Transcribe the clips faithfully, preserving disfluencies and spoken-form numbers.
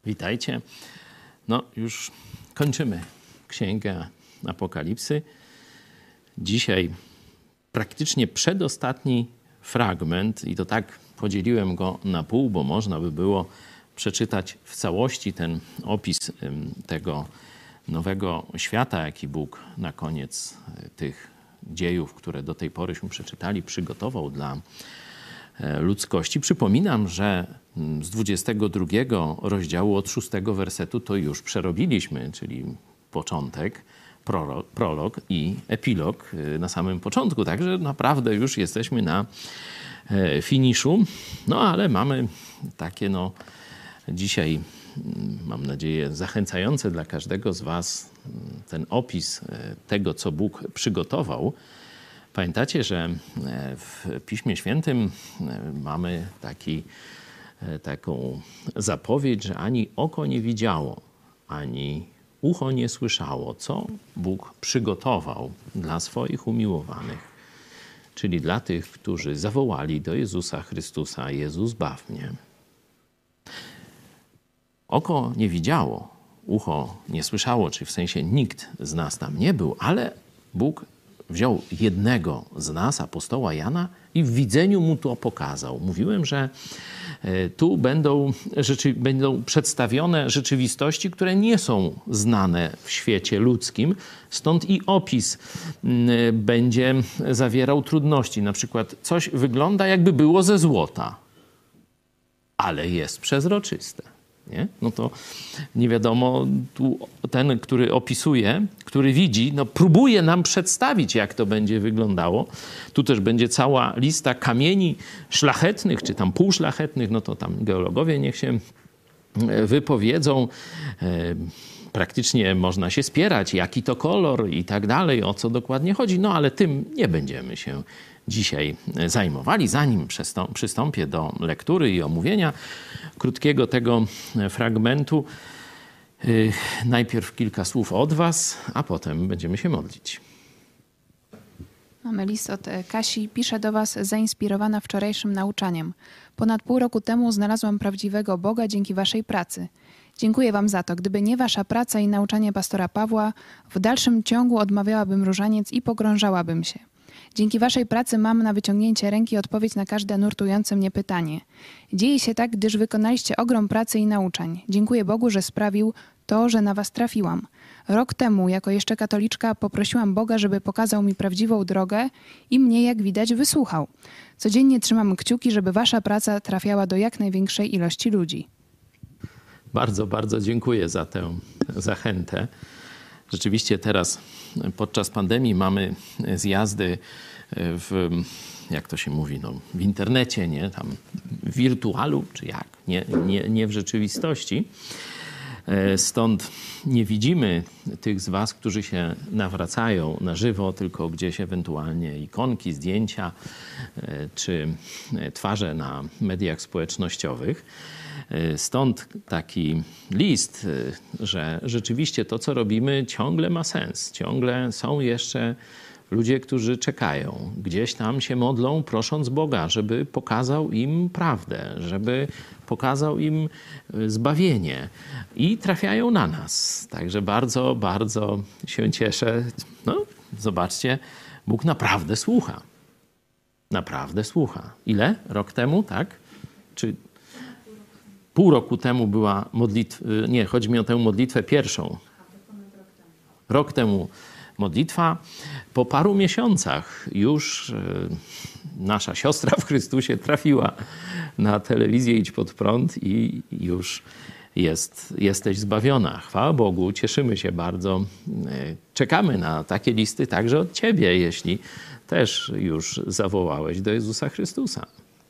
Witajcie. No już kończymy Księgę Apokalipsy. Dzisiaj praktycznie przedostatni fragment i to tak podzieliłem go na pół, bo można by było przeczytać w całości ten opis tego nowego świata, jaki Bóg na koniec tych dziejów, które do tej poryśmy przeczytali, przygotował dla ludzkości. Przypominam, że z dwudziestego drugiego rozdziału od szóstego wersetu to już przerobiliśmy, czyli początek, prolog, prolog i epilog na samym początku. Także naprawdę już jesteśmy na finiszu. No ale mamy takie no dzisiaj, mam nadzieję, zachęcające dla każdego z was ten opis tego, co Bóg przygotował. Pamiętacie, że w Piśmie Świętym mamy taki, taką zapowiedź, że ani oko nie widziało, ani ucho nie słyszało, co Bóg przygotował dla swoich umiłowanych, czyli dla tych, którzy zawołali do Jezusa Chrystusa: Jezus, baw mnie. Oko nie widziało, ucho nie słyszało, czyli w sensie nikt z nas tam nie był, ale Bóg wziął jednego z nas, apostoła Jana, i w widzeniu mu to pokazał. Mówiłem, że tu będą, rzeczy, będą przedstawione rzeczywistości, które nie są znane w świecie ludzkim, stąd i opis będzie zawierał trudności. Na przykład coś wygląda, jakby było ze złota, ale jest przezroczyste. Nie? No to nie wiadomo, tu ten, który opisuje, który widzi, no próbuje nam przedstawić, jak to będzie wyglądało. Tu też będzie cała lista kamieni szlachetnych, czy tam półszlachetnych, no to tam geologowie niech się wypowiedzą. Praktycznie można się spierać, jaki to kolor i tak dalej, o co dokładnie chodzi. No ale tym nie będziemy się dzisiaj zajmowali. Zanim przystąpię do lektury i omówienia krótkiego tego fragmentu, yy, najpierw kilka słów od was, a potem będziemy się modlić. Mamy list od Kasi. Piszę do was zainspirowana wczorajszym nauczaniem. Ponad pół roku temu znalazłam prawdziwego Boga dzięki waszej pracy. Dziękuję wam za to. Gdyby nie wasza praca i nauczanie pastora Pawła, w dalszym ciągu odmawiałabym różaniec i pogrążałabym się. Dzięki waszej pracy mam na wyciągnięcie ręki odpowiedź na każde nurtujące mnie pytanie. Dzieje się tak, gdyż wykonaliście ogrom pracy i nauczań. Dziękuję Bogu, że sprawił to, że na was trafiłam. Rok temu, jako jeszcze katoliczka, poprosiłam Boga, żeby pokazał mi prawdziwą drogę i mnie, jak widać, wysłuchał. Codziennie trzymam kciuki, żeby wasza praca trafiała do jak największej ilości ludzi. Bardzo, bardzo dziękuję za tę zachętę. Rzeczywiście teraz podczas pandemii mamy zjazdy w, jak to się mówi, no, w internecie, nie? Tam w wirtualu, czy jak, nie, nie, nie w rzeczywistości. Stąd nie widzimy tych z was, którzy się nawracają na żywo, tylko gdzieś ewentualnie ikonki, zdjęcia czy twarze na mediach społecznościowych. Stąd taki list, że rzeczywiście to, co robimy, ciągle ma sens. Ciągle są jeszcze ludzie, którzy czekają. Gdzieś tam się modlą, prosząc Boga, żeby pokazał im prawdę, żeby pokazał im zbawienie. I trafiają na nas. Także bardzo, bardzo się cieszę. No, zobaczcie, Bóg naprawdę słucha. Naprawdę słucha. Ile? Rok temu, tak? Czy pół roku temu była modlitwa, nie, chodzi mi o tę modlitwę pierwszą. Rok temu modlitwa. Po paru miesiącach już nasza siostra w Chrystusie trafiła na telewizję Idź Pod Prąd i już jest, jesteś zbawiona. Chwała Bogu, cieszymy się bardzo. Czekamy na takie listy także od ciebie, jeśli też już zawołałeś do Jezusa Chrystusa.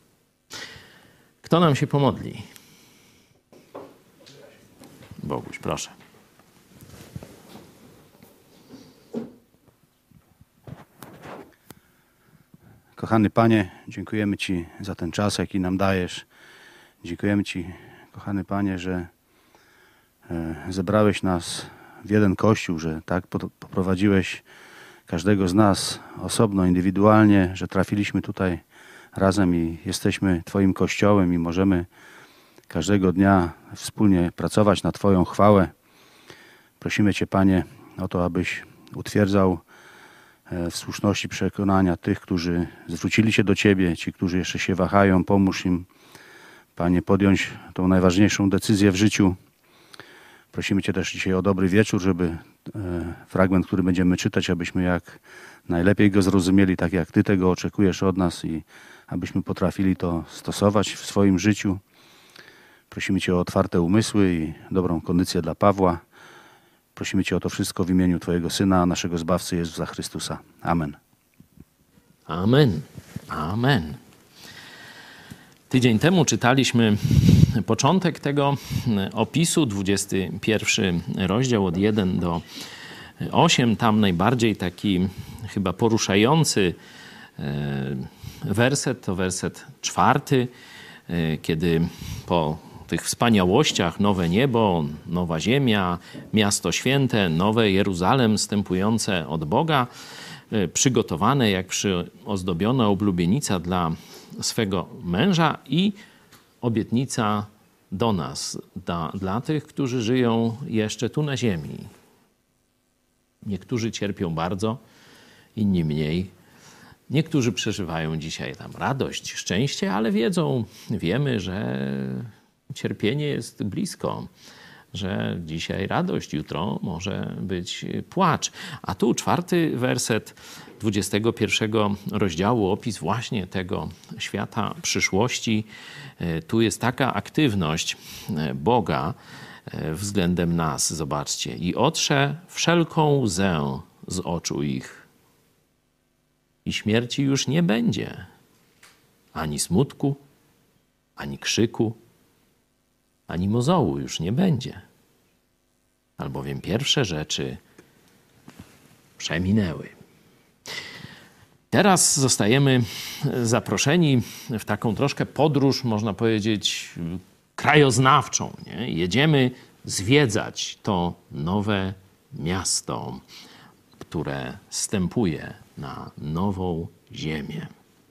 Kto nam się pomodli? Boguś, proszę. Kochany Panie, dziękujemy Ci za ten czas, jaki nam dajesz. Dziękujemy Ci, kochany Panie, że zebrałeś nas w jeden Kościół, że tak poprowadziłeś każdego z nas osobno, indywidualnie, że trafiliśmy tutaj razem i jesteśmy Twoim Kościołem i możemy każdego dnia wspólnie pracować na Twoją chwałę. Prosimy Cię, Panie, o to, abyś utwierdzał w słuszności przekonania tych, którzy zwrócili się do Ciebie, ci, którzy jeszcze się wahają. Pomóż im, Panie, podjąć tą najważniejszą decyzję w życiu. Prosimy Cię też dzisiaj o dobry wieczór, żeby fragment, który będziemy czytać, abyśmy jak najlepiej go zrozumieli, tak jak Ty tego oczekujesz od nas i abyśmy potrafili to stosować w swoim życiu. Prosimy Cię o otwarte umysły i dobrą kondycję dla Pawła. Prosimy Cię o to wszystko w imieniu Twojego Syna, naszego Zbawcy Jezusa Chrystusa. Amen. Amen. Amen. Tydzień temu czytaliśmy początek tego opisu, dwudziesty pierwszy rozdział od jeden do osiem. Tam najbardziej taki chyba poruszający werset to werset czwarty, kiedy po tych wspaniałościach, nowe niebo, nowa ziemia, miasto święte, nowe Jeruzalem stępujące od Boga, przygotowane jak przyozdobiona oblubienica dla swego męża i obietnica do nas, dla, dla tych, którzy żyją jeszcze tu na ziemi. Niektórzy cierpią bardzo, inni mniej. Niektórzy przeżywają dzisiaj tam radość, szczęście, ale wiedzą, wiemy, że cierpienie jest blisko, że dzisiaj radość, jutro może być płacz. A tu czwarty werset dwudziestego pierwszego rozdziału, opis właśnie tego świata przyszłości. Tu jest taka aktywność Boga względem nas, zobaczcie. I otrze wszelką łzę z oczu ich. I śmierci już nie będzie, ani smutku, ani krzyku, ani mozołu już nie będzie. Albowiem pierwsze rzeczy przeminęły. Teraz zostajemy zaproszeni w taką troszkę podróż, można powiedzieć, krajoznawczą. Nie? Jedziemy zwiedzać to nowe miasto, które wstępuje na nową ziemię.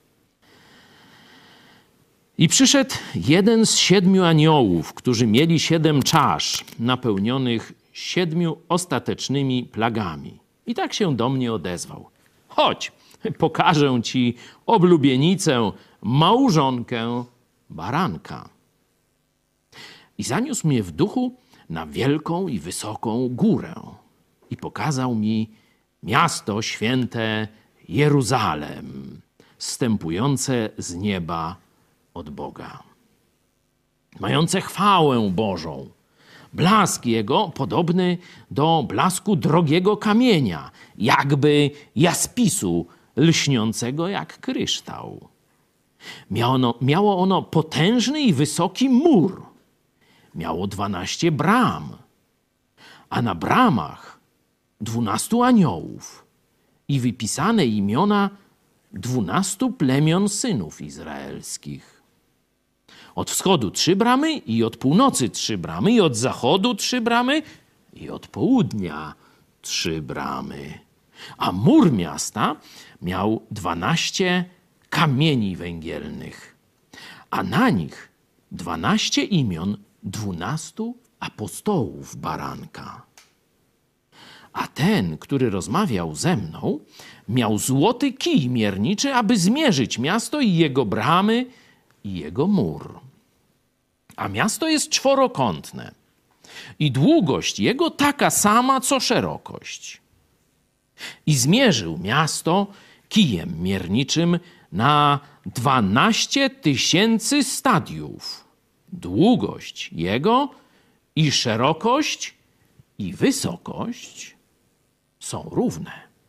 I przyszedł jeden z siedmiu aniołów, którzy mieli siedem czasz napełnionych siedmiu ostatecznymi plagami. I tak się do mnie odezwał. Chodź, pokażę ci oblubienicę, małżonkę baranka. I zaniósł mnie w duchu na wielką i wysoką górę i pokazał mi miasto święte Jeruzalem, zstępujące z nieba od Boga, mające chwałę Bożą. Blask jego podobny do blasku drogiego kamienia, jakby jaspisu lśniącego jak kryształ. Miało ono, miało ono potężny i wysoki mur. Miało dwanaście bram, a na bramach dwunastu aniołów i wypisane imiona dwunastu plemion synów izraelskich. Od wschodu trzy bramy i od północy trzy bramy i od zachodu trzy bramy i od południa trzy bramy. A mur miasta miał dwanaście kamieni węgielnych, a na nich dwanaście imion dwunastu apostołów baranka. A ten, który rozmawiał ze mną, miał złoty kij mierniczy, aby zmierzyć miasto i jego bramy i jego mur. A miasto jest czworokątne i długość jego taka sama, co szerokość. I zmierzył miasto kijem mierniczym na dwanaście tysięcy stadiów. Długość jego i szerokość i wysokość są równe.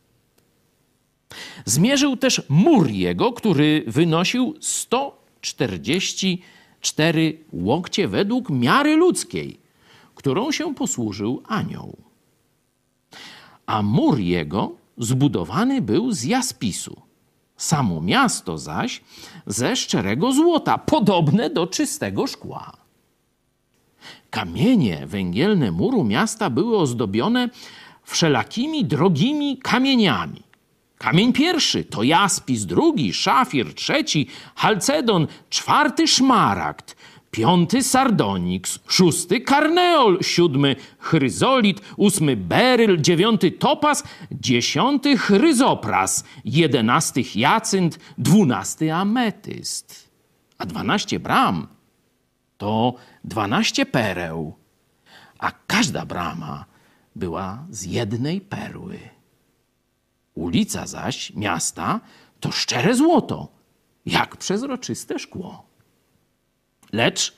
Zmierzył też mur jego, który wynosił sto czterdzieści cztery łokcie według miary ludzkiej, którą się posłużył anioł. A mur jego zbudowany był z jaspisu, samo miasto zaś ze szczerego złota, podobne do czystego szkła. Kamienie węgielne muru miasta były ozdobione wszelakimi drogimi kamieniami. Kamień pierwszy to jaspis, drugi szafir, trzeci chalcedon, czwarty szmaragd, piąty sardoniks, szósty karneol, siódmy chryzolit, ósmy beryl, dziewiąty topaz, dziesiąty chryzopras, jedenasty hiacynt, dwunasty ametyst. A dwanaście bram to dwanaście pereł, a każda brama była z jednej perły. Ulica zaś miasta to szczere złoto, jak przezroczyste szkło. Lecz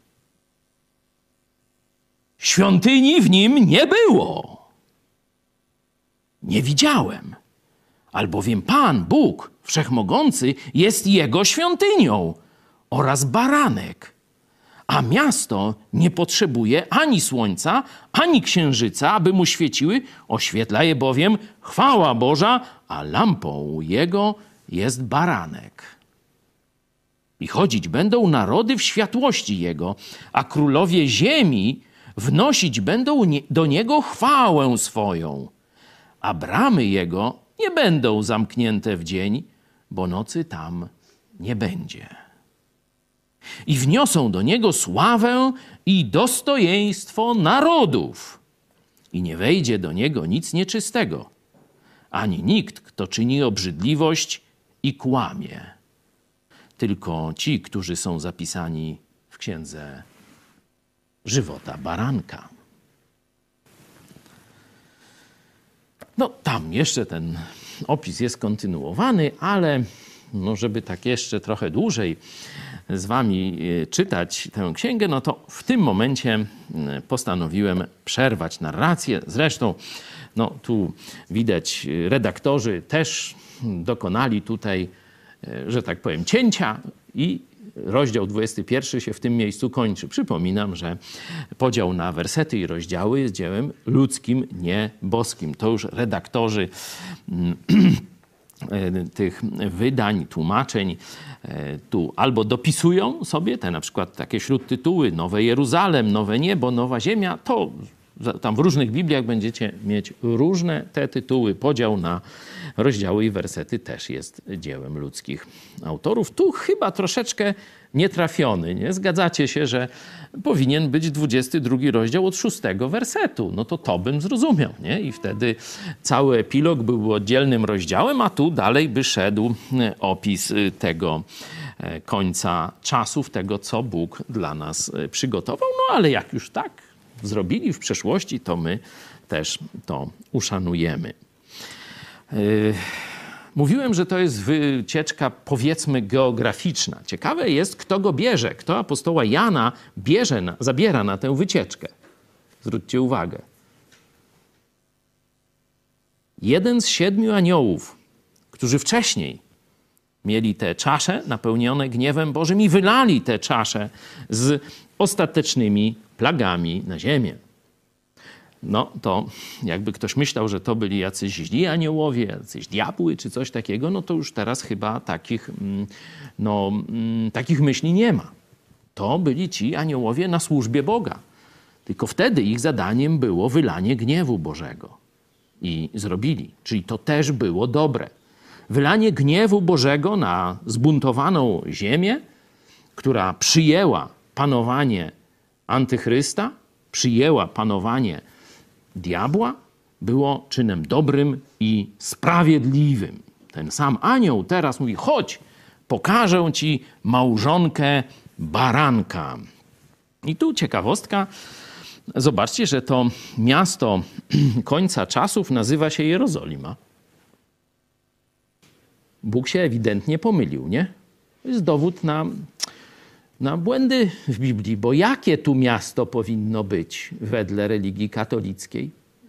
świątyni w nim nie było. Nie widziałem, albowiem Pan, Bóg Wszechmogący, jest jego świątynią oraz baranek. A miasto nie potrzebuje ani słońca, ani księżyca, aby mu świeciły, oświetla je bowiem chwała Boża, a lampą jego jest baranek. I chodzić będą narody w światłości jego, a królowie ziemi wnosić będą do niego chwałę swoją. A bramy jego nie będą zamknięte w dzień, bo nocy tam nie będzie. I wniosą do niego sławę i dostojeństwo narodów. I nie wejdzie do niego nic nieczystego, ani nikt, kto czyni obrzydliwość i kłamie. Tylko ci, którzy są zapisani w księdze żywota baranka. No tam jeszcze ten opis jest kontynuowany, ale no, żeby tak jeszcze trochę dłużej z wami czytać tę księgę, no to w tym momencie postanowiłem przerwać narrację. Zresztą no, tu widać, redaktorzy też dokonali tutaj, że tak powiem, cięcia i rozdział dwudziesty pierwszy się w tym miejscu kończy. Przypominam, że podział na wersety i rozdziały jest dziełem ludzkim, nie boskim. To już redaktorzy tych wydań, tłumaczeń tu albo dopisują sobie te na przykład takie śródtytuły Nowe Jeruzalem, Nowe Niebo, Nowa Ziemia. To tam w różnych Bibliach będziecie mieć różne te tytuły. Podział na rozdziały i wersety też jest dziełem ludzkich autorów. Tu chyba troszeczkę nietrafiony. Nie? Zgadzacie się, że powinien być dwudziesty drugi rozdział od szóstego wersetu. No to to bym zrozumiał. Nie? I wtedy cały epilog był oddzielnym rozdziałem, a tu dalej by szedł opis tego końca czasów, tego, co Bóg dla nas przygotował. No ale jak już tak zrobili w przeszłości, to my też to uszanujemy. Yy, mówiłem, że to jest wycieczka, powiedzmy, geograficzna. Ciekawe jest, kto go bierze, kto apostoła Jana bierze, na, zabiera na tę wycieczkę. Zwróćcie uwagę. Jeden z siedmiu aniołów, którzy wcześniej mieli te czasze napełnione gniewem Bożym i wylali te czasze z ostatecznymi plagami na ziemię. No to jakby ktoś myślał, że to byli jacyś źli aniołowie, jacyś diabły czy coś takiego, no to już teraz chyba takich, no, takich myśli nie ma. To byli ci aniołowie na służbie Boga. Tylko wtedy ich zadaniem było wylanie gniewu Bożego. I zrobili. Czyli to też było dobre. Wylanie gniewu Bożego na zbuntowaną ziemię, która przyjęła panowanie antychrysta, przyjęła panowanie diabła, było czynem dobrym i sprawiedliwym. Ten sam anioł teraz mówi: chodź, pokażę ci małżonkę baranka. I tu ciekawostka. Zobaczcie, że to miasto końca czasów nazywa się Jerozolima. Bóg się ewidentnie pomylił, nie? To jest dowód na, na błędy w Biblii, bo jakie tu miasto powinno być wedle religii katolickiej?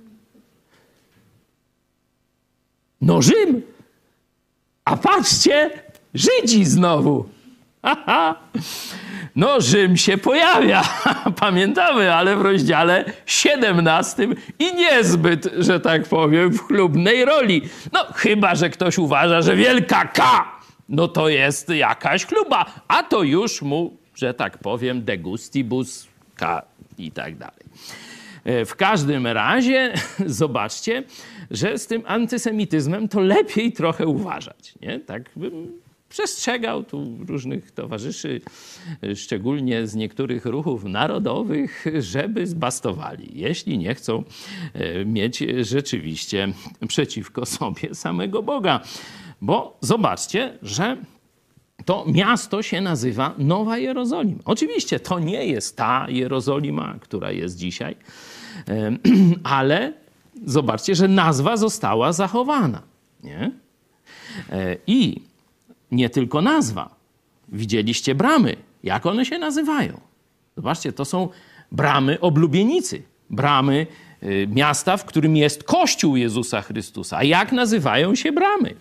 No Rzym! A patrzcie, Żydzi znowu! Aha. No Rzym się pojawia, pamiętamy, ale w rozdziale siedemnastym i niezbyt, że tak powiem, w chlubnej roli. No chyba, że ktoś uważa, że wielka K, no to jest jakaś chluba, a to już mu, że tak powiem, de gustibus K i tak dalej. W każdym razie zobaczcie, że z tym antysemityzmem to lepiej trochę uważać, nie? Tak bym Przestrzegał tu różnych towarzyszy, szczególnie z niektórych ruchów narodowych, żeby zbastowali, jeśli nie chcą mieć rzeczywiście przeciwko sobie samego Boga. Bo zobaczcie, że to miasto się nazywa Nowa Jerozolima. Oczywiście to nie jest ta Jerozolima, która jest dzisiaj, ale zobaczcie, że nazwa została zachowana. Nie? I nie tylko nazwa. Widzieliście bramy. Jak one się nazywają? Zobaczcie, to są bramy oblubienicy. Bramy miasta, w którym jest Kościół Jezusa Chrystusa. A jak nazywają się bramy?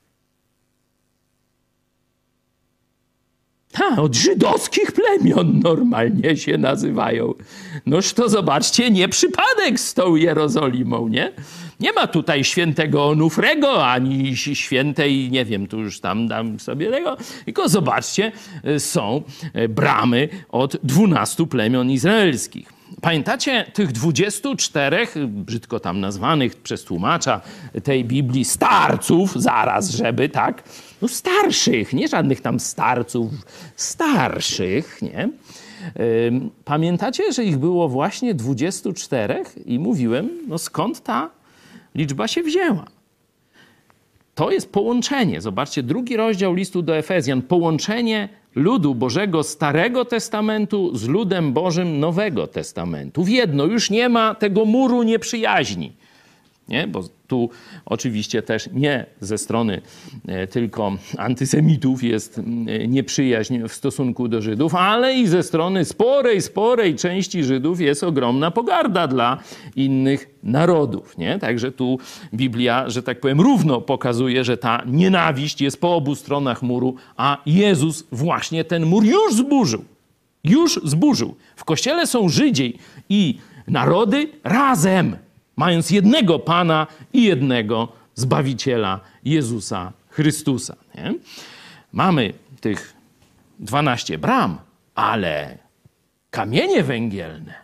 Ha, od żydowskich plemion normalnie się nazywają. Noż to zobaczcie, nie przypadek z tą Jerozolimą, nie? Nie ma tutaj świętego Onufrego, ani świętej, nie wiem, tu już tam dam sobie tego, tylko zobaczcie, są bramy od dwunastu plemion izraelskich. Pamiętacie tych dwudziestu czterech, brzydko tam nazwanych przez tłumacza tej Biblii, starców, zaraz, żeby, tak? No starszych, nie żadnych tam starców, starszych, nie? Pamiętacie, że ich było właśnie dwudziestu czterech i mówiłem, no skąd ta liczba się wzięła? To jest połączenie. Zobaczcie, drugi rozdział listu do Efezjan. Połączenie ludu Bożego Starego Testamentu z ludem Bożym Nowego Testamentu. W jedno, już nie ma tego muru nieprzyjaźni. Nie? Bo tu oczywiście też nie ze strony tylko antysemitów jest nieprzyjaźń w stosunku do Żydów, ale i ze strony sporej, sporej części Żydów jest ogromna pogarda dla innych narodów. Nie? Także tu Biblia, że tak powiem, równo pokazuje, że ta nienawiść jest po obu stronach muru, a Jezus właśnie ten mur już zburzył. Już zburzył. W Kościele są Żydzi i narody razem, mając jednego Pana i jednego Zbawiciela, Jezusa Chrystusa. Nie? Mamy tych dwanaście bram, ale kamienie węgielne,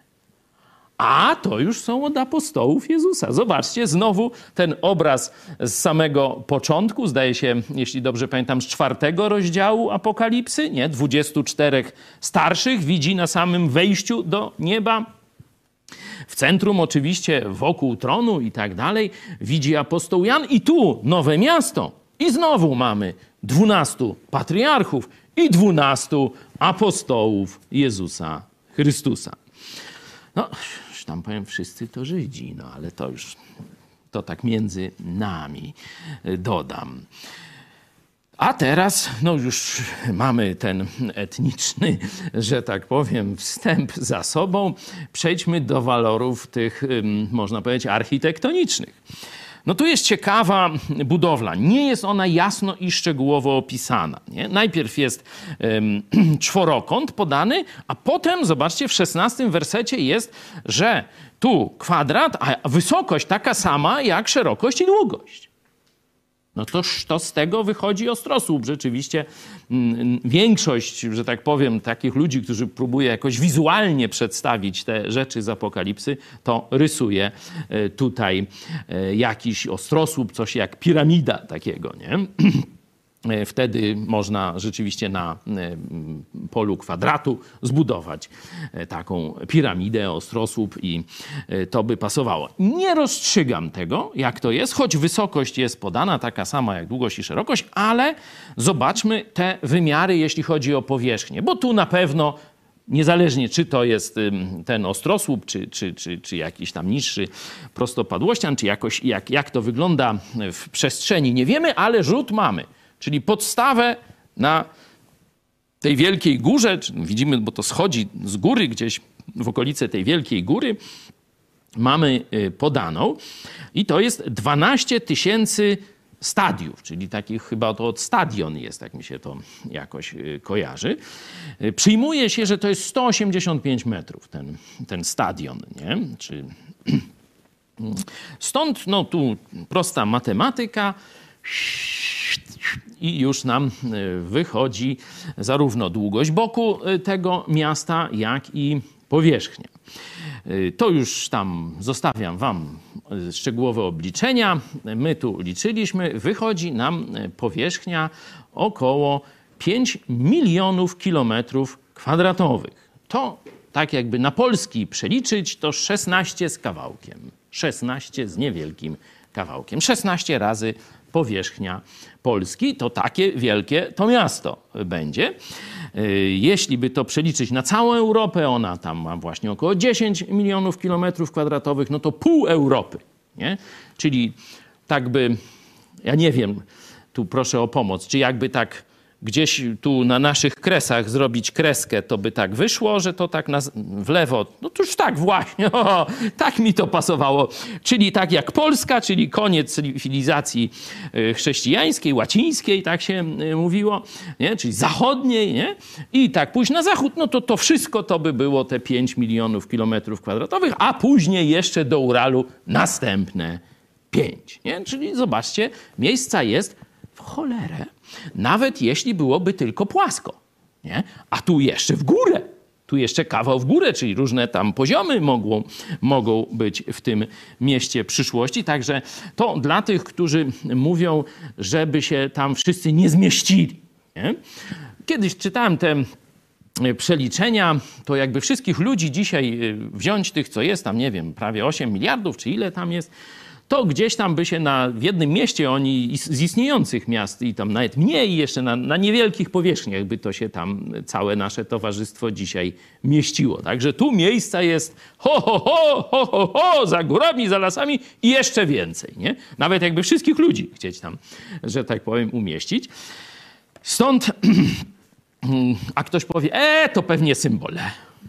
a to już są od apostołów Jezusa. Zobaczcie, znowu ten obraz z samego początku, zdaje się, jeśli dobrze pamiętam, z czwartego rozdziału Apokalipsy, nie? dwudziestu czterech starszych widzi na samym wejściu do nieba. W centrum oczywiście, wokół tronu i tak dalej, widzi apostoł Jan i tu nowe miasto. I znowu mamy dwunastu patriarchów i dwunastu apostołów Jezusa Chrystusa. No, już tam powiem, wszyscy to Żydzi, no ale to już, to tak między nami dodam. A teraz, no już mamy ten etniczny, że tak powiem, wstęp za sobą. Przejdźmy do walorów tych, można powiedzieć, architektonicznych. No tu jest ciekawa budowla. Nie jest ona jasno i szczegółowo opisana. Nie? Najpierw jest um, czworokąt podany, a potem, zobaczcie, w szesnastym wersecie jest, że tu kwadrat, a wysokość taka sama jak szerokość i długość. No toż to z tego wychodzi ostrosłup. Rzeczywiście m, większość, że tak powiem, takich ludzi, którzy próbuje jakoś wizualnie przedstawić te rzeczy z Apokalipsy, to rysuje e, tutaj e, jakiś ostrosłup, coś jak piramida takiego, nie? Wtedy można rzeczywiście na polu kwadratu zbudować taką piramidę, ostrosłup i to by pasowało. Nie rozstrzygam tego, jak to jest, choć wysokość jest podana taka sama jak długość i szerokość, ale zobaczmy te wymiary, jeśli chodzi o powierzchnię, bo tu na pewno niezależnie czy to jest ten ostrosłup, czy, czy, czy, czy jakiś tam niższy prostopadłościan, czy jakoś jak, jak to wygląda w przestrzeni, nie wiemy, ale rzut mamy. Czyli podstawę na tej wielkiej górze, widzimy, bo to schodzi z góry gdzieś w okolice tej wielkiej góry, mamy podaną i to jest dwanaście tysięcy stadiów, czyli takich chyba to od stadion jest, tak mi się to jakoś kojarzy. Przyjmuje się, że to jest sto osiemdziesiąt pięć metrów ten, ten stadion, nie? Czy... Stąd no tu prosta matematyka, i już nam wychodzi zarówno długość boku tego miasta, jak i powierzchnia. To już tam zostawiam wam szczegółowe obliczenia. My tu liczyliśmy. Wychodzi nam powierzchnia około pięć milionów kilometrów kwadratowych. To tak jakby na polski przeliczyć, to szesnaście z kawałkiem. szesnaście z niewielkim kawałkiem. szesnaście razy powierzchnia Polski, to takie wielkie to miasto będzie. Jeśli by to przeliczyć na całą Europę, ona tam ma właśnie około dziesięć milionów kilometrów kwadratowych, no to pół Europy, nie? Czyli tak by, ja nie wiem, tu proszę o pomoc, czy jakby tak gdzieś tu na naszych kresach zrobić kreskę, to by tak wyszło, że to tak na, w lewo, no to już tak właśnie, o, tak mi to pasowało. Czyli tak jak Polska, czyli koniec cywilizacji chrześcijańskiej, łacińskiej, tak się mówiło, nie? Czyli zachodniej, nie? I tak pójść na zachód, no to to wszystko to by było te pięć milionów kilometrów kwadratowych, a później jeszcze do Uralu następne pięć, nie? Czyli zobaczcie, miejsca jest w cholerę. Nawet jeśli byłoby tylko płasko, nie? A tu jeszcze w górę, tu jeszcze kawał w górę, czyli różne tam poziomy mogą, mogą być w tym mieście przyszłości. Także to dla tych, którzy mówią, żeby się tam wszyscy nie zmieścili, nie? Kiedyś czytałem te przeliczenia, to jakby wszystkich ludzi dzisiaj wziąć, tych co jest tam, nie wiem, prawie osiem miliardów, czy ile tam jest, to gdzieś tam by się na, w jednym mieście oni z istniejących miast i tam nawet mniej jeszcze na, na niewielkich powierzchniach by to się tam całe nasze towarzystwo dzisiaj mieściło. Także tu miejsca jest ho, ho, ho, ho, ho, ho, za górami, za lasami i jeszcze więcej, nie? Nawet jakby wszystkich ludzi chcieć tam, że tak powiem, umieścić. Stąd, a ktoś powie, e, to pewnie symbole.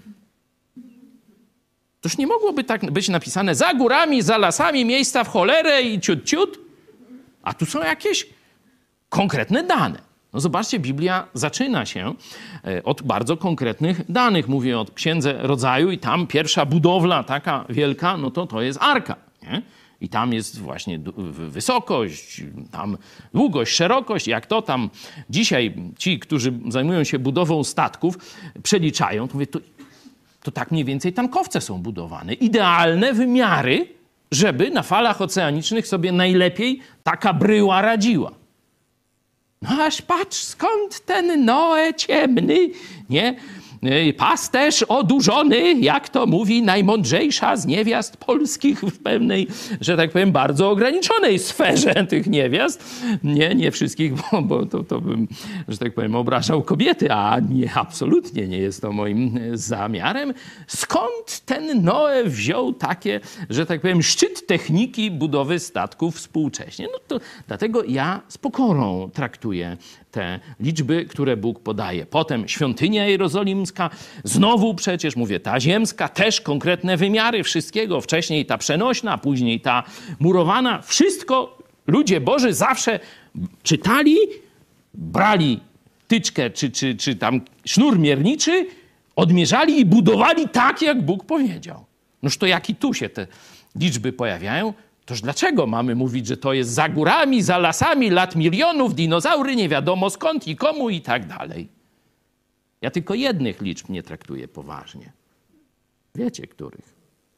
Toż nie mogłoby tak być napisane za górami, za lasami, miejsca w cholerę i ciut, ciut. A tu są jakieś konkretne dane. No zobaczcie, Biblia zaczyna się od bardzo konkretnych danych. Mówię o Księdze Rodzaju i tam pierwsza budowla taka wielka, no to to jest arka, nie? I tam jest właśnie wysokość, tam długość, szerokość. Jak to tam dzisiaj ci, którzy zajmują się budową statków, przeliczają, to mówię, to to tak mniej więcej tankowce są budowane. Idealne wymiary, żeby na falach oceanicznych sobie najlepiej taka bryła radziła. No aż patrz, skąd ten Noe ciemny, nie? Pasterz odurzony, jak to mówi najmądrzejsza z niewiast polskich w pewnej, że tak powiem, bardzo ograniczonej sferze tych niewiast. Nie, nie wszystkich, bo, bo to, to bym, że tak powiem, obrażał kobiety, a nie, absolutnie nie jest to moim zamiarem. Skąd ten Noe wziął takie, że tak powiem, szczyt techniki budowy statków współcześnie? No to dlatego ja z pokorą traktuję te liczby, które Bóg podaje. Potem świątynia jerozolimska, znowu przecież, mówię, ta ziemska, też konkretne wymiary wszystkiego. Wcześniej ta przenośna, później ta murowana. Wszystko ludzie Boży zawsze czytali, brali tyczkę czy, czy, czy tam sznur mierniczy, odmierzali i budowali tak, jak Bóg powiedział. Noż to jak i tu się te liczby pojawiają, toż dlaczego mamy mówić, że to jest za górami, za lasami, lat milionów, dinozaury, nie wiadomo skąd i komu i tak dalej. Ja tylko jednych liczb nie traktuję poważnie. Wiecie, których?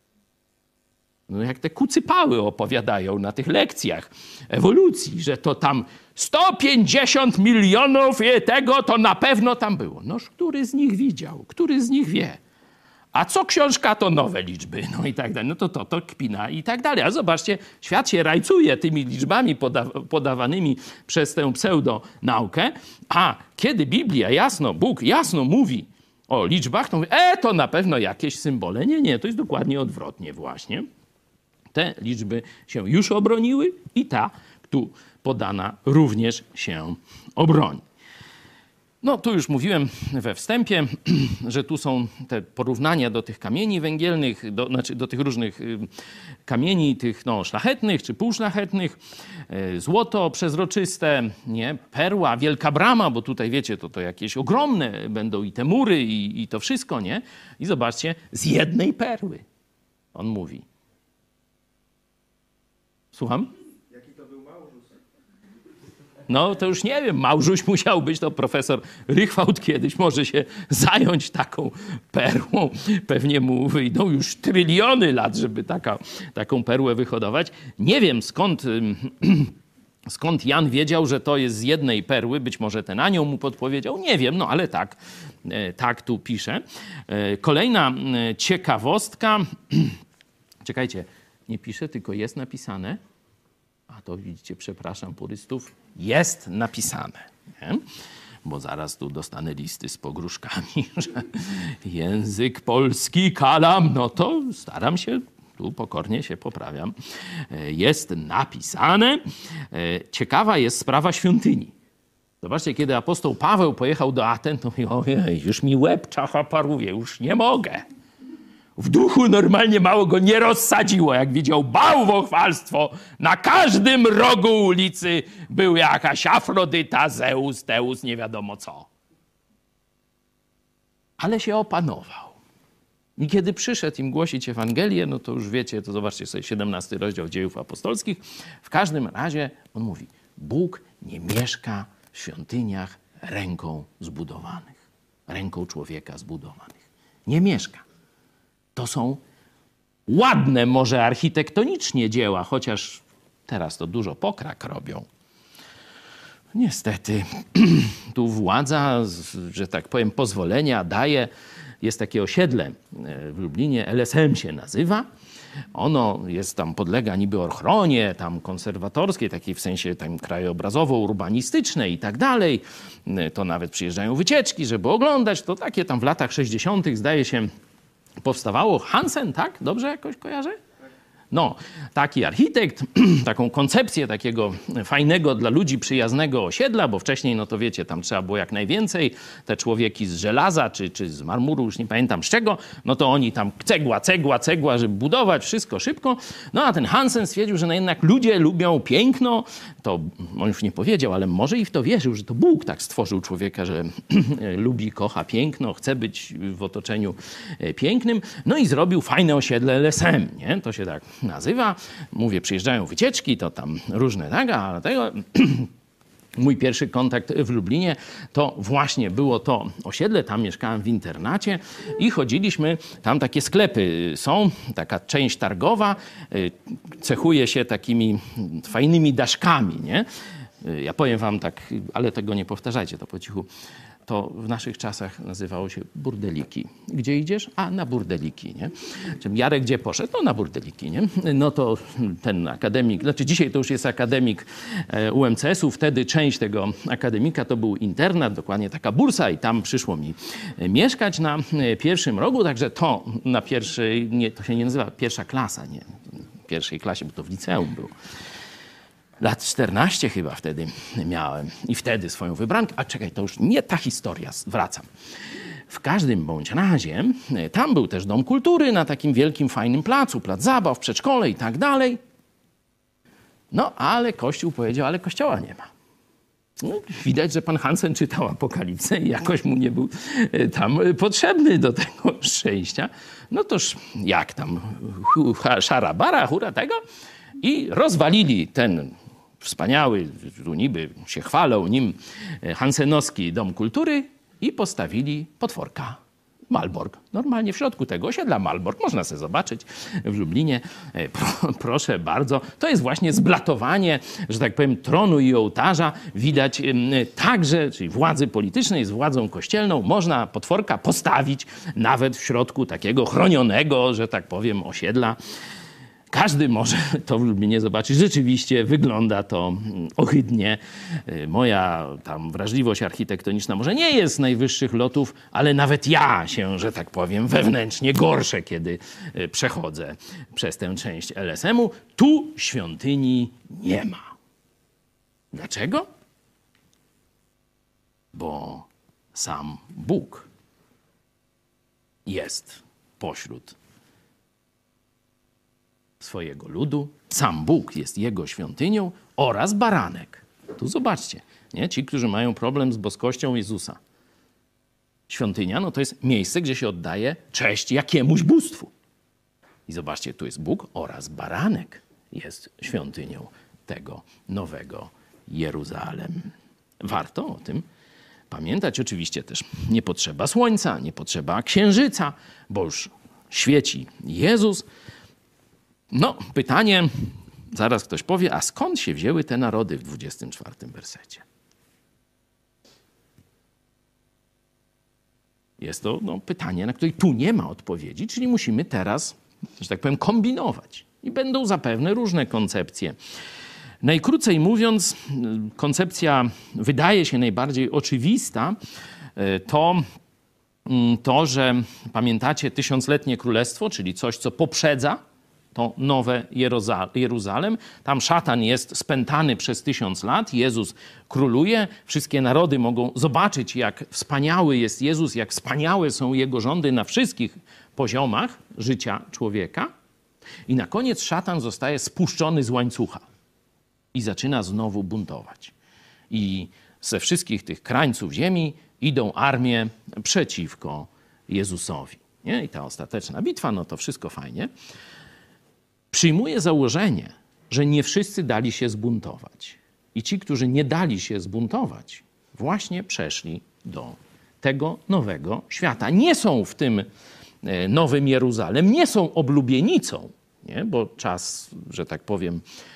No jak te kucypały opowiadają na tych lekcjach ewolucji, że to tam sto pięćdziesiąt milionów tego to na pewno tam było. Noż który z nich widział? Który z nich wie? A co książka, to nowe liczby, no i tak dalej. No to to, to kpina i tak dalej. A zobaczcie, świat się rajcuje tymi liczbami poda podawanymi przez tę pseudonaukę, a kiedy Biblia jasno, Bóg jasno mówi o liczbach, to mówi, e, to na pewno jakieś symbole. Nie, nie, to jest dokładnie odwrotnie właśnie. Te liczby się już obroniły i ta tu podana również się obroni. No, tu już mówiłem we wstępie, że tu są te porównania do tych kamieni węgielnych, do, znaczy do tych różnych kamieni, tych no, szlachetnych czy półszlachetnych, złoto przezroczyste, nie? Perła, wielka brama, bo tutaj wiecie, to, to jakieś ogromne będą i te mury i, i to wszystko, nie? I zobaczcie, z jednej perły, on mówi. Słucham? No to już nie wiem, Małżuś musiał być, to profesor Rychwałd kiedyś może się zająć taką perłą. Pewnie mu wyjdą już tryliony lat, żeby taka, taką perłę wyhodować. Nie wiem skąd... Skąd Jan wiedział, że to jest z jednej perły? Być może ten anioł mu podpowiedział. Nie wiem, no ale tak, tak tu pisze. Kolejna ciekawostka. Czekajcie, nie pisze, tylko jest napisane. A to widzicie, przepraszam purystów, jest napisane. Nie? Bo zaraz tu dostanę listy z pogróżkami, że język polski kalam. No to staram się. Tu pokornie się poprawiam. Jest napisane. Ciekawa jest sprawa świątyni. Zobaczcie, kiedy apostoł Paweł pojechał do Aten, to mówił, ojej, już mi łeb czacha paruje, już nie mogę. W duchu normalnie mało go nie rozsadziło, jak widział bałwochwalstwo. Na każdym rogu ulicy był jakaś Afrodyta, Zeus, Teus, nie wiadomo co. Ale się opanował. I kiedy przyszedł im głosić Ewangelię, no to już wiecie, to zobaczcie sobie siedemnasty rozdział Dziejów Apostolskich. W każdym razie on mówi, Bóg nie mieszka w świątyniach ręką zbudowanych. Ręką człowieka zbudowanych. Nie mieszka. To są ładne może architektonicznie dzieła, chociaż teraz to dużo pokrak robią. Niestety tu władza, że tak powiem, pozwolenia daje. Jest takie osiedle w Lublinie, L S M się nazywa. Ono jest tam, podlega niby ochronie tam konserwatorskiej, takiej w sensie tam krajobrazowo-urbanistycznej i tak dalej. To nawet przyjeżdżają wycieczki, żeby oglądać. To takie tam w latach sześćdziesiątych zdaje się powstawało. Hansen, tak? Dobrze jakoś kojarzę? No, taki architekt, taką koncepcję takiego fajnego dla ludzi przyjaznego osiedla, bo wcześniej, no to wiecie, tam trzeba było jak najwięcej, te człowieki z żelaza czy, czy z marmuru, już nie pamiętam z czego, no to oni tam cegła, cegła, cegła, żeby budować wszystko szybko. No a ten Hansen stwierdził, że no jednak ludzie lubią piękno, to on już nie powiedział, ale może i w to wierzył, że to Bóg tak stworzył człowieka, że lubi, kocha piękno, chce być w otoczeniu pięknym, no i zrobił fajne osiedle L S M, nie? To się tak nazywa. Mówię, przyjeżdżają wycieczki, to tam różne, tak, a tego... Mój pierwszy kontakt w Lublinie to właśnie było to osiedle, tam mieszkałem w internacie i chodziliśmy, tam takie sklepy są, taka część targowa, cechuje się takimi fajnymi daszkami, nie? Ja powiem wam tak, ale tego nie powtarzajcie, to po cichu. To w naszych czasach nazywało się burdeliki. Gdzie idziesz? A, na burdeliki, nie? Czyli Jarek gdzie poszedł? No na burdeliki, nie? No to ten akademik, znaczy dzisiaj to już jest akademik U M C S u, wtedy część tego akademika to był internat, dokładnie taka bursa i tam przyszło mi mieszkać na pierwszym rogu, także to na pierwszej, nie, to się nie nazywa pierwsza klasa, nie? W pierwszej klasie, bo to w liceum było. Lat czternaście chyba wtedy miałem i wtedy swoją wybrankę. A czekaj, to już nie ta historia, wracam. W każdym bądź razie tam był też dom kultury na takim wielkim, fajnym placu, plac zabaw, przedszkole i tak dalej. No ale Kościół powiedział, ale kościoła nie ma. No, widać, że pan Hansen czytał Apokalipsę i jakoś mu nie był tam potrzebny do tego szczęścia. No toż jak tam, szara bara, hura tego i rozwalili ten wspaniały, tu niby się chwalą nim, hansenowski dom kultury i postawili potworka. Malbork. Normalnie w środku tego osiedla Malbork. Można sobie zobaczyć w Lublinie. Pro, proszę bardzo. To jest właśnie zblatowanie, że tak powiem, tronu i ołtarza. Widać także, czyli władzy politycznej z władzą kościelną, można potworka postawić nawet w środku takiego chronionego, że tak powiem, osiedla. Każdy może to w Lublinie zobaczyć. Rzeczywiście wygląda to ohydnie. Moja tam wrażliwość architektoniczna może nie jest z najwyższych lotów, ale nawet ja się, że tak powiem, wewnętrznie gorszę, kiedy przechodzę przez tę część L S M u. Tu świątyni nie ma. Dlaczego? Bo sam Bóg jest pośród swojego ludu, sam Bóg jest jego świątynią oraz baranek. Tu zobaczcie, nie? Ci, którzy mają problem z boskością Jezusa. Świątynia, no to jest miejsce, gdzie się oddaje cześć jakiemuś bóstwu. I zobaczcie, tu jest Bóg oraz baranek jest świątynią tego nowego Jeruzalem. Warto o tym pamiętać. Oczywiście też nie potrzeba słońca, nie potrzeba księżyca, bo już świeci Jezus. No, pytanie, zaraz ktoś powie, a skąd się wzięły te narody w dwudziestym czwartym wersecie? Jest to no, pytanie, na które tu nie ma odpowiedzi, czyli musimy teraz, że tak powiem, kombinować. I będą zapewne różne koncepcje. Najkrócej mówiąc, koncepcja wydaje się najbardziej oczywista, to to, że pamiętacie tysiącletnie królestwo, czyli coś, co poprzedza to nowe Jeruzalem. Tam szatan jest spętany przez tysiąc lat, Jezus króluje, wszystkie narody mogą zobaczyć, jak wspaniały jest Jezus, jak wspaniałe są Jego rządy na wszystkich poziomach życia człowieka. I na koniec szatan zostaje spuszczony z łańcucha i zaczyna znowu buntować. I ze wszystkich tych krańców ziemi idą armie przeciwko Jezusowi. Nie? I ta ostateczna bitwa, no to wszystko fajnie. Przyjmuje założenie, że nie wszyscy dali się zbuntować. I ci, którzy nie dali się zbuntować, właśnie przeszli do tego nowego świata. Nie są w tym nowym Jeruzalem, nie są oblubienicą, nie? Bo czas, że tak powiem,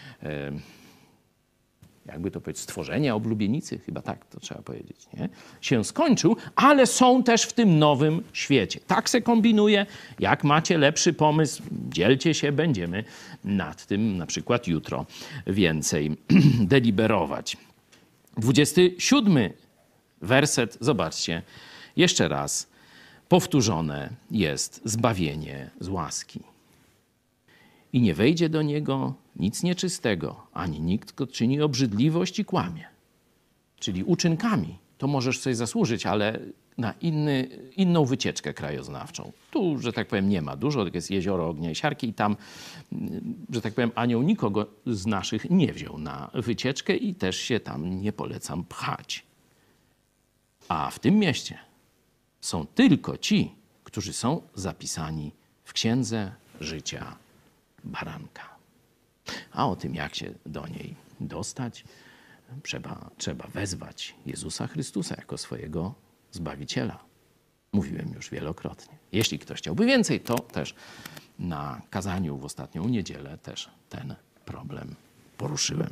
jakby to powiedzieć, stworzenia oblubienicy, chyba tak to trzeba powiedzieć, nie? Się skończył, ale są też w tym nowym świecie. Tak se kombinuje. Jak macie lepszy pomysł, dzielcie się, będziemy nad tym na przykład jutro więcej deliberować. dwudziesty siódmy werset, zobaczcie, jeszcze raz powtórzone jest zbawienie z łaski. I nie wejdzie do niego nic nieczystego, ani nikt, kto czyni obrzydliwość i kłamie. Czyli uczynkami to możesz sobie zasłużyć, ale na inny, inną wycieczkę krajoznawczą. Tu, że tak powiem, nie ma dużo, tylko jest jezioro ognia i siarki i tam, że tak powiem, anioł nikogo z naszych nie wziął na wycieczkę i też się tam nie polecam pchać. A w tym mieście są tylko ci, którzy są zapisani w Księdze Życia Baranka. A o tym, jak się do niej dostać, trzeba, trzeba wezwać Jezusa Chrystusa jako swojego Zbawiciela. Mówiłem już wielokrotnie. Jeśli ktoś chciałby więcej, to też na kazaniu w ostatnią niedzielę też ten problem poruszyłem.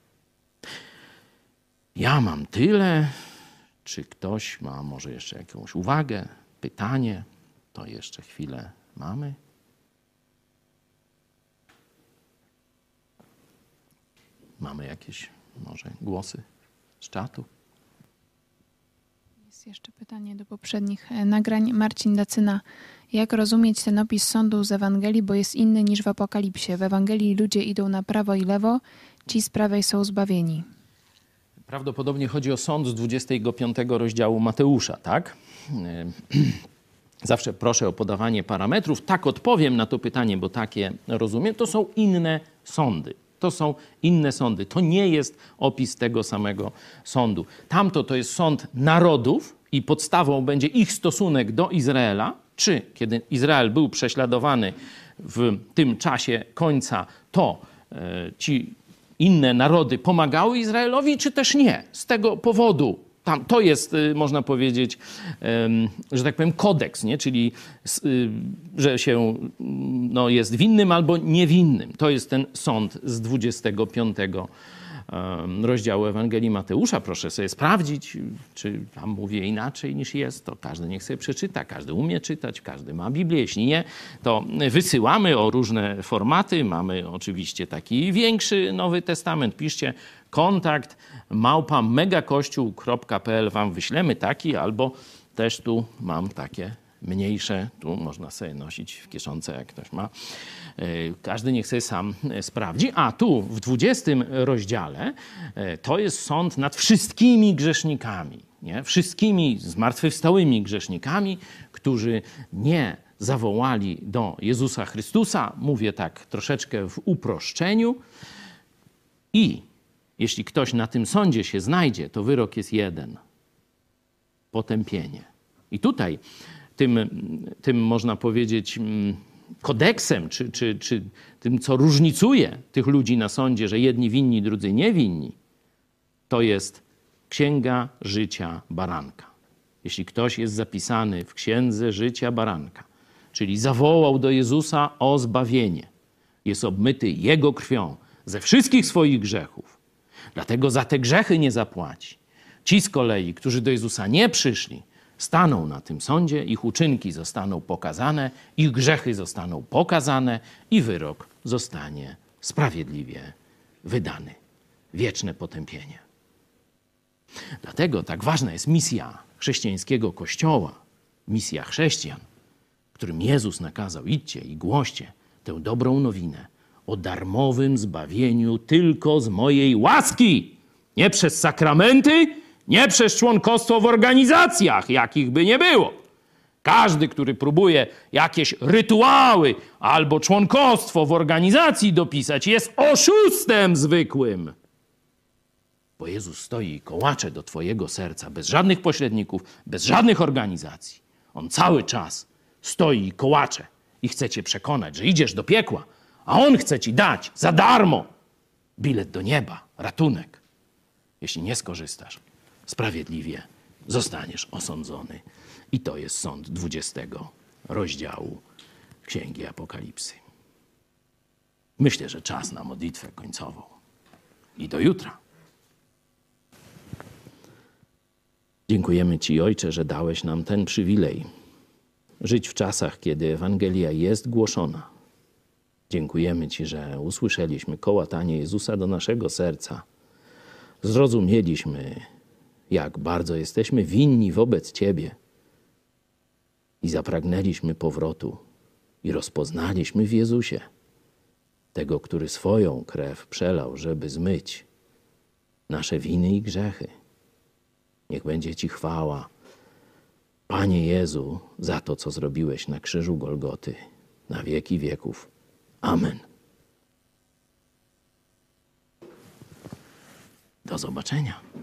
Ja mam tyle. Czy ktoś ma może jeszcze jakąś uwagę, pytanie? To jeszcze chwilę mamy. Mamy jakieś może głosy z czatu? Jest jeszcze pytanie do poprzednich nagrań. Marcin Dacyna. Jak rozumieć ten opis sądu z Ewangelii, bo jest inny niż w Apokalipsie? W Ewangelii ludzie idą na prawo i lewo, ci z prawej są zbawieni. Prawdopodobnie chodzi o sąd z dwudziestego piątego rozdziału Mateusza, tak? Zawsze proszę o podawanie parametrów. Tak odpowiem na to pytanie, bo takie rozumiem. To są inne sądy. To są inne sądy. To nie jest opis tego samego sądu. Tamto to jest sąd narodów i podstawą będzie ich stosunek do Izraela. Czy kiedy Izrael był prześladowany w tym czasie końca, to e, ci inne narody pomagały Izraelowi, czy też nie? Z tego powodu tam, to jest, można powiedzieć, że tak powiem, kodeks, nie? Czyli że się no, jest winnym albo niewinnym. To jest ten sąd z dwudziestego piątego rozdziału Ewangelii Mateusza. Proszę sobie sprawdzić, czy tam mówię inaczej niż jest. To każdy niech sobie przeczyta, każdy umie czytać, każdy ma Biblię. Jeśli nie, to wysyłamy o różne formaty. Mamy oczywiście taki większy Nowy Testament. Piszcie kontakt małpa megakościół kropka p l. Wam wyślemy taki, albo też tu mam takie mniejsze. Tu można sobie nosić w kieszonce, jak ktoś ma. Każdy niech sobie sam sprawdzi. A tu w dwudziestym rozdziale to jest sąd nad wszystkimi grzesznikami. Nie? Wszystkimi zmartwychwstałymi grzesznikami, którzy nie zawołali do Jezusa Chrystusa. Mówię tak troszeczkę w uproszczeniu. I jeśli ktoś na tym sądzie się znajdzie, to wyrok jest jeden. Potępienie. I tutaj tym, tym można powiedzieć, kodeksem, czy, czy, czy tym, co różnicuje tych ludzi na sądzie, że jedni winni, drudzy niewinni, to jest Księga Życia Baranka. Jeśli ktoś jest zapisany w Księdze Życia Baranka, czyli zawołał do Jezusa o zbawienie, jest obmyty Jego krwią ze wszystkich swoich grzechów, dlatego za te grzechy nie zapłaci. Ci z kolei, którzy do Jezusa nie przyszli, staną na tym sądzie, ich uczynki zostaną pokazane, ich grzechy zostaną pokazane i wyrok zostanie sprawiedliwie wydany. Wieczne potępienie. Dlatego tak ważna jest misja chrześcijańskiego Kościoła, misja chrześcijan, którym Jezus nakazał: idźcie i głoście tę dobrą nowinę o darmowym zbawieniu tylko z mojej łaski. Nie przez sakramenty, nie przez członkostwo w organizacjach, jakich by nie było. Każdy, który próbuje jakieś rytuały albo członkostwo w organizacji dopisać, jest oszustem zwykłym. Bo Jezus stoi i kołacze do twojego serca bez żadnych pośredników, bez żadnych organizacji. On cały czas stoi i kołacze i chce cię przekonać, że idziesz do piekła, a On chce ci dać za darmo bilet do nieba, ratunek. Jeśli nie skorzystasz, sprawiedliwie zostaniesz osądzony. I to jest sąd dwudziestego rozdziału Księgi Apokalipsy. Myślę, że czas na modlitwę końcową. I do jutra. Dziękujemy Ci, Ojcze, że dałeś nam ten przywilej. Żyć w czasach, kiedy Ewangelia jest głoszona. Dziękujemy Ci, że usłyszeliśmy kołatanie Jezusa do naszego serca. Zrozumieliśmy, jak bardzo jesteśmy winni wobec Ciebie. I zapragnęliśmy powrotu i rozpoznaliśmy w Jezusie tego, który swoją krew przelał, żeby zmyć nasze winy i grzechy. Niech będzie Ci chwała, Panie Jezu, za to, co zrobiłeś na krzyżu Golgoty, na wieki wieków. Amen. Do zobaczenia.